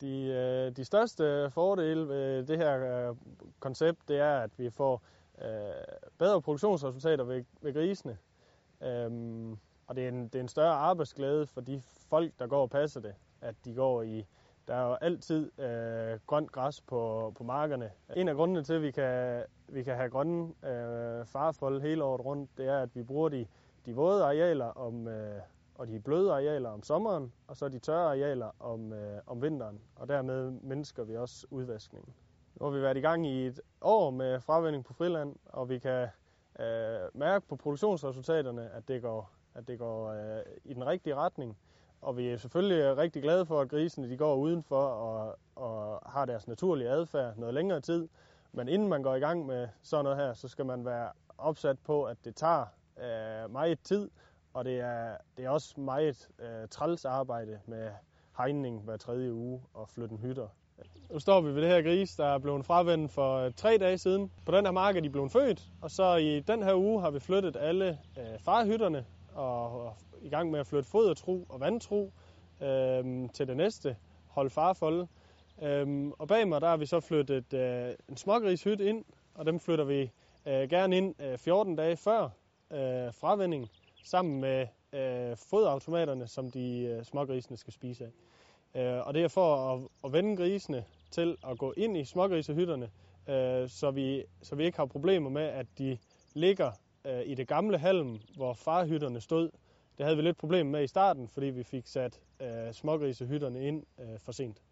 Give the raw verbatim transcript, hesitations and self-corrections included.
De, øh, de største fordele ved det her øh, koncept, det er, at vi får øh, bedre produktionsresultater ved, ved grisene. Øhm, og det er, en, det er en større arbejdsglæde for de folk, der går og passer det, at de går i. Der er jo altid øh, grønt græs på, på markerne. En af grundene til, at vi kan, vi kan have grønne øh, farfold hele året rundt, det er, at vi bruger de, de våde arealer om, øh, og de bløde arealer om sommeren, og så de tørre arealer om, øh, om vinteren. Og dermed mindsker vi også udvaskningen. Nu har vi været i gang i et år med fravænning på friland, og vi kan øh, mærke på produktionsresultaterne, at det går, at det går øh, i den rigtige retning. Og vi er selvfølgelig rigtig glade for, at grisene de går udenfor og, og har deres naturlige adfærd noget længere tid. Men inden man går i gang med sådan noget her, så skal man være opsat på, at det tager øh, meget tid. Og det er, det er også meget øh, træls arbejde med hegning hver tredje uge og flytte hytter. Nu står vi ved det her gris, der er blevet fravænnet for tre dage siden. På den her mark er de blevet født, og så i den her uge har vi flyttet alle øh, farhytterne og, og i gang med at flytte fodertru og vandtru øh, til det næste hold farfolde. Øh, og bag mig der har vi så flyttet øh, en smågrishytte ind, og dem flytter vi øh, gerne ind øh, fjorten dage før øh, fravænning, sammen med øh, foderautomaterne, som de øh, smågrisene skal spise af. Øh, og det er for at, at vende grisene til at gå ind i smågrisehytterne, øh, så, vi, så vi ikke har problemer med, at de ligger øh, i det gamle halm, hvor farhytterne stod. Det havde vi lidt problemer med i starten, fordi vi fik sat øh, smågrisehytterne ind øh, for sent.